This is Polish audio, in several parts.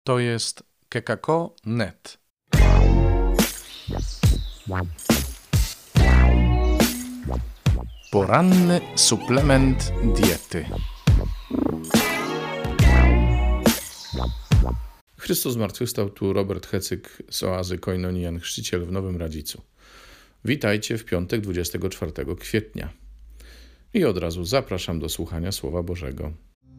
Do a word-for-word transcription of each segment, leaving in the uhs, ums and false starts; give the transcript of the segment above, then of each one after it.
To jest kekako kropka net. Poranny suplement diety. Chrystus zmartwychwstał, tu Robert Hecyk z Oazy Koinonii Jan Chrzciciel w Nowym Radzicu. Witajcie w piątek dwudziestego czwartego kwietnia. I od razu zapraszam do słuchania Słowa Bożego.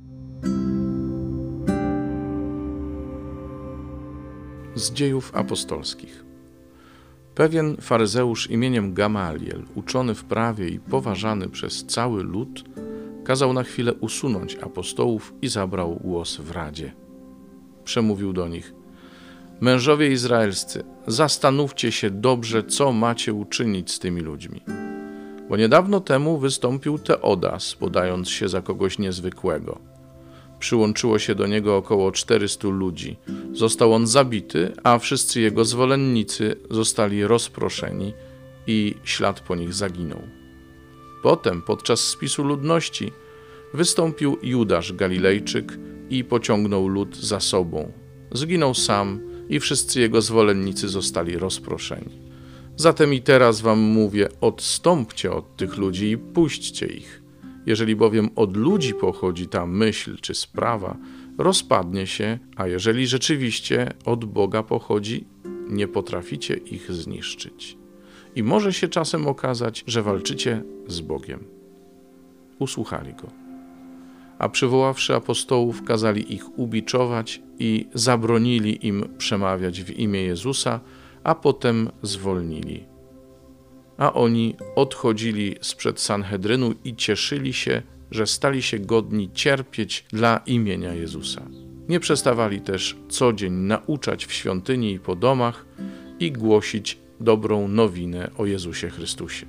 Z Dziejów Apostolskich. Pewien faryzeusz imieniem Gamaliel, uczony w prawie i poważany przez cały lud, kazał na chwilę usunąć apostołów i zabrał głos w radzie. Przemówił do nich: Mężowie izraelscy, zastanówcie się dobrze, co macie uczynić z tymi ludźmi. Bo niedawno temu wystąpił Teodas, podając się za kogoś niezwykłego. Przyłączyło się do niego około czterystu ludzi. Został on zabity, a wszyscy jego zwolennicy zostali rozproszeni i ślad po nich zaginął. Potem, podczas spisu ludności, wystąpił Judasz Galilejczyk i pociągnął lud za sobą. Zginął sam i wszyscy jego zwolennicy zostali rozproszeni. Zatem i teraz wam mówię, odstąpcie od tych ludzi i puśćcie ich. Jeżeli bowiem od ludzi pochodzi ta myśl czy sprawa, rozpadnie się, a jeżeli rzeczywiście od Boga pochodzi, nie potraficie ich zniszczyć. I może się czasem okazać, że walczycie z Bogiem. Usłuchali go. A przywoławszy apostołów, kazali ich ubiczować i zabronili im przemawiać w imię Jezusa, a potem zwolnili. A oni odchodzili sprzed Sanhedrynu i cieszyli się, że stali się godni cierpieć dla imienia Jezusa. Nie przestawali też co dzień nauczać w świątyni i po domach i głosić dobrą nowinę o Jezusie Chrystusie.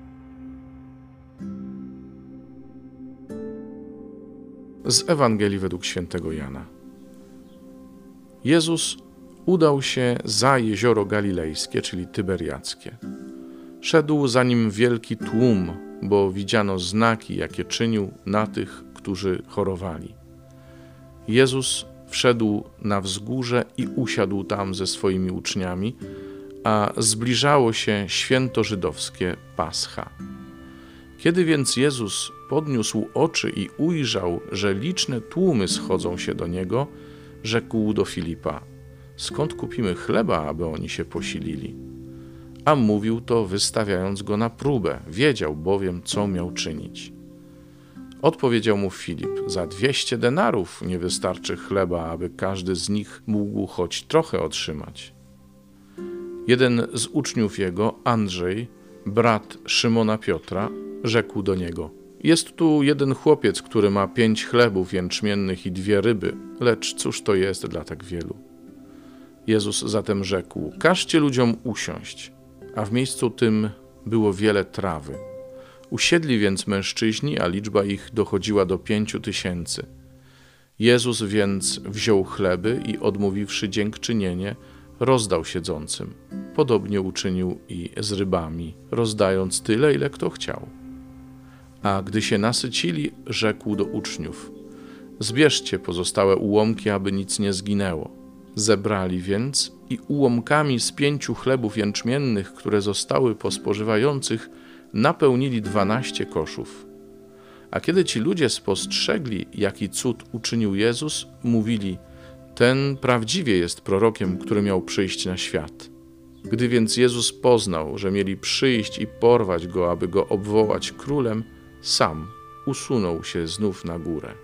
Z Ewangelii według świętego Jana. Jezus udał się za jezioro galilejskie, czyli tyberiackie. Szedł za nim wielki tłum, bo widziano znaki, jakie czynił na tych, którzy chorowali. Jezus wszedł na wzgórze i usiadł tam ze swoimi uczniami, a zbliżało się święto żydowskie Pascha. Kiedy więc Jezus podniósł oczy i ujrzał, że liczne tłumy schodzą się do Niego, rzekł do Filipa: skąd kupimy chleba, aby oni się posilili? A mówił to, wystawiając go na próbę, wiedział bowiem, co miał czynić. Odpowiedział mu Filip: za dwieście denarów nie wystarczy chleba, aby każdy z nich mógł choć trochę otrzymać. Jeden z uczniów jego, Andrzej, brat Szymona Piotra, rzekł do niego: jest tu jeden chłopiec, który ma pięć chlebów jęczmiennych i dwie ryby, lecz cóż to jest dla tak wielu? Jezus zatem rzekł: każcie ludziom usiąść. A w miejscu tym było wiele trawy. Usiedli więc mężczyźni, a liczba ich dochodziła do pięciu tysięcy. Jezus więc wziął chleby i odmówiwszy dziękczynienie, rozdał siedzącym. Podobnie uczynił i z rybami, rozdając tyle, ile kto chciał. A gdy się nasycili, rzekł do uczniów: zbierzcie pozostałe ułomki, aby nic nie zginęło. Zebrali więc i ułomkami z pięciu chlebów jęczmiennych, które zostały po spożywających, napełnili dwanaście koszów. A kiedy ci ludzie spostrzegli, jaki cud uczynił Jezus, mówili: ten prawdziwie jest prorokiem, który miał przyjść na świat. Gdy więc Jezus poznał, że mieli przyjść i porwać go, aby go obwołać królem, sam usunął się znów na górę.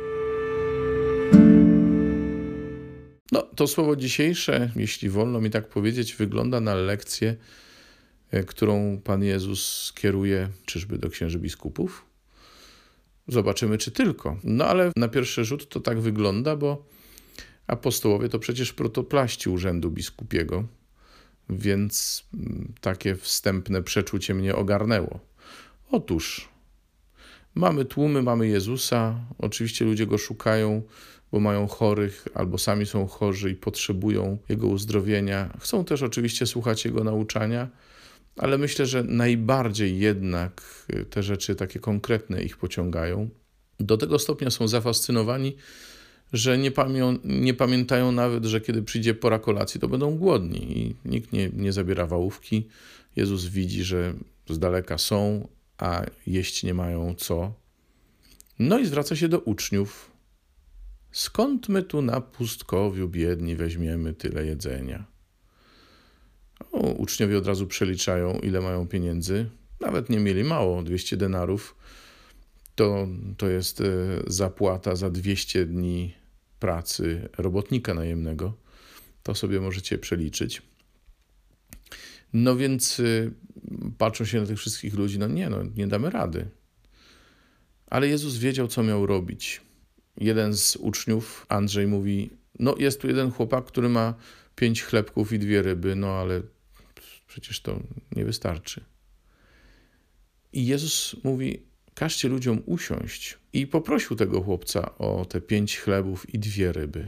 No, to słowo dzisiejsze, jeśli wolno mi tak powiedzieć, wygląda na lekcję, którą Pan Jezus kieruje czyżby do księży biskupów? Zobaczymy, czy tylko. No ale na pierwszy rzut to tak wygląda, bo apostołowie to przecież protoplaści urzędu biskupiego, więc takie wstępne przeczucie mnie ogarnęło. Otóż mamy tłumy, mamy Jezusa, oczywiście ludzie Go szukają, bo mają chorych albo sami są chorzy i potrzebują Jego uzdrowienia. Chcą też oczywiście słuchać Jego nauczania, ale myślę, że najbardziej jednak te rzeczy takie konkretne ich pociągają. Do tego stopnia są zafascynowani, że nie, pamią- nie pamiętają nawet, że kiedy przyjdzie pora kolacji, to będą głodni i nikt nie, nie zabiera wałówki. Jezus widzi, że z daleka są, a jeść nie mają co. No i zwraca się do uczniów. Skąd my tu na pustkowiu biedni weźmiemy tyle jedzenia? O, uczniowie od razu przeliczają, ile mają pieniędzy. Nawet nie mieli mało, dwieście denarów. To, to jest zapłata za dwieście dni pracy robotnika najemnego. To sobie możecie przeliczyć. No więc patrzą się na tych wszystkich ludzi, no nie, no nie damy rady. Ale Jezus wiedział, co miał robić. Jeden z uczniów, Andrzej, mówi, no jest tu jeden chłopak, który ma pięć chlebków i dwie ryby, no ale przecież to nie wystarczy. I Jezus mówi, każcie ludziom usiąść i poprosił tego chłopca o te pięć chlebów i dwie ryby.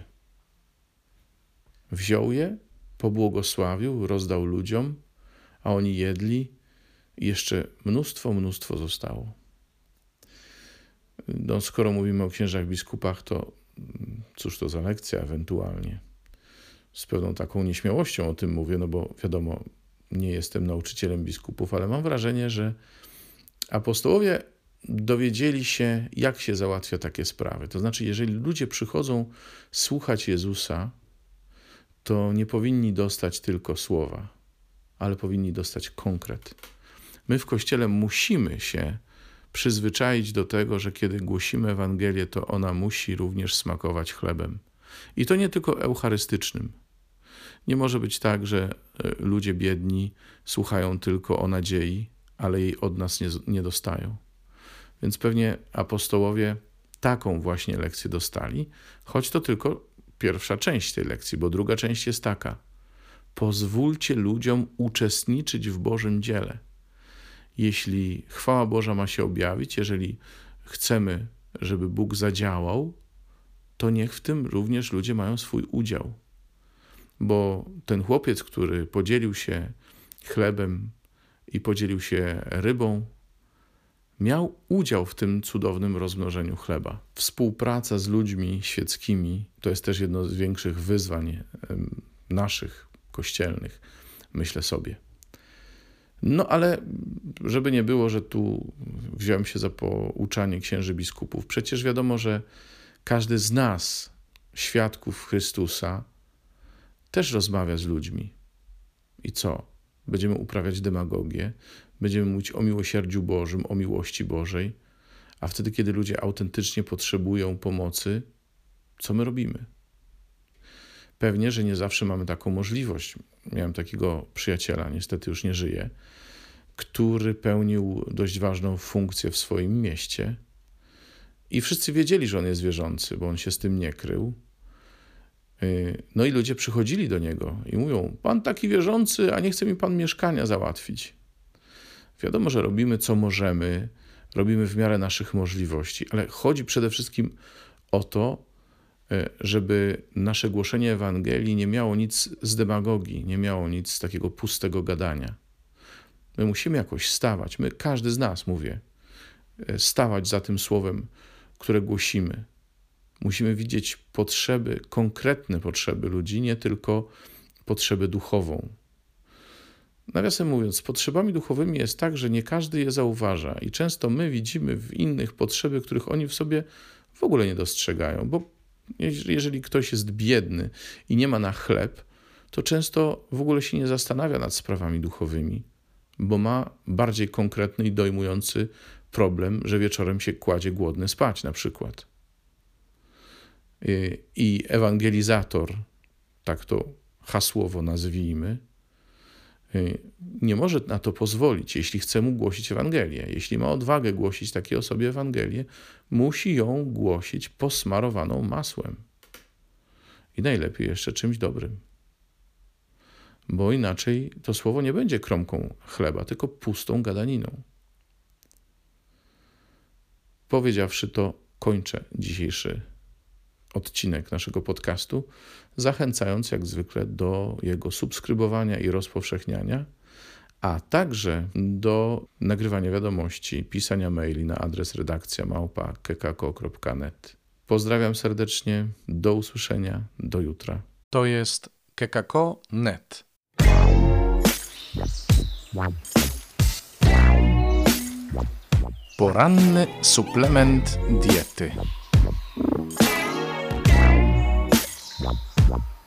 Wziął je, pobłogosławił, rozdał ludziom, a oni jedli i jeszcze mnóstwo, mnóstwo zostało. No, skoro mówimy o księżach biskupach, to cóż to za lekcja ewentualnie. Z pewną taką nieśmiałością o tym mówię, no bo wiadomo, nie jestem nauczycielem biskupów, ale mam wrażenie, że apostołowie dowiedzieli się, jak się załatwia takie sprawy. To znaczy, jeżeli ludzie przychodzą słuchać Jezusa, to nie powinni dostać tylko słowa, ale powinni dostać konkret. My w Kościele musimy się przyzwyczaić do tego, że kiedy głosimy Ewangelię, to ona musi również smakować chlebem. I to nie tylko eucharystycznym. Nie może być tak, że ludzie biedni słuchają tylko o nadziei, ale jej od nas nie, nie dostają. Więc pewnie apostołowie taką właśnie lekcję dostali, choć to tylko pierwsza część tej lekcji, bo druga część jest taka. Pozwólcie ludziom uczestniczyć w Bożym dziele. Jeśli chwała Boża ma się objawić, jeżeli chcemy, żeby Bóg zadziałał, to niech w tym również ludzie mają swój udział. Bo ten chłopiec, który podzielił się chlebem i podzielił się rybą, miał udział w tym cudownym rozmnożeniu chleba. Współpraca z ludźmi świeckimi to jest też jedno z większych wyzwań naszych, kościelnych, myślę sobie. No ale żeby nie było, że tu wziąłem się za pouczanie księży biskupów, przecież wiadomo, że każdy z nas, świadków Chrystusa, też rozmawia z ludźmi. I co? Będziemy uprawiać demagogię, będziemy mówić o miłosierdziu Bożym, o miłości Bożej, a wtedy, kiedy ludzie autentycznie potrzebują pomocy, co my robimy? Pewnie, że nie zawsze mamy taką możliwość. Miałem takiego przyjaciela, niestety już nie żyje, który pełnił dość ważną funkcję w swoim mieście i wszyscy wiedzieli, że on jest wierzący, bo on się z tym nie krył. No i ludzie przychodzili do niego i mówią, pan taki wierzący, a nie chce mi pan mieszkania załatwić. Wiadomo, że robimy co możemy, robimy w miarę naszych możliwości, ale chodzi przede wszystkim o to, żeby nasze głoszenie Ewangelii nie miało nic z demagogii, nie miało nic z takiego pustego gadania. My musimy jakoś stawać, my, każdy z nas, mówię, stawać za tym słowem, które głosimy. Musimy widzieć potrzeby, konkretne potrzeby ludzi, nie tylko potrzebę duchową. Nawiasem mówiąc, z potrzebami duchowymi jest tak, że nie każdy je zauważa i często my widzimy w innych potrzeby, których oni w sobie w ogóle nie dostrzegają, bo jeżeli ktoś jest biedny i nie ma na chleb, to często w ogóle się nie zastanawia nad sprawami duchowymi, bo ma bardziej konkretny i dojmujący problem, że wieczorem się kładzie głodny spać na przykład. I ewangelizator, tak to hasłowo nazwijmy, nie może na to pozwolić, jeśli chce mu głosić Ewangelię. Jeśli ma odwagę głosić takiej osobie Ewangelię, musi ją głosić posmarowaną masłem. I najlepiej jeszcze czymś dobrym. Bo inaczej to słowo nie będzie kromką chleba, tylko pustą gadaniną. Powiedziawszy to, kończę dzisiejszy odcinek naszego podcastu, zachęcając jak zwykle do jego subskrybowania i rozpowszechniania, a także do nagrywania wiadomości, pisania maili na adres redakcja małpa kekako kropka net. Pozdrawiam serdecznie, do usłyszenia, do jutra. To jest kekako kropka net. Poranny suplement diety.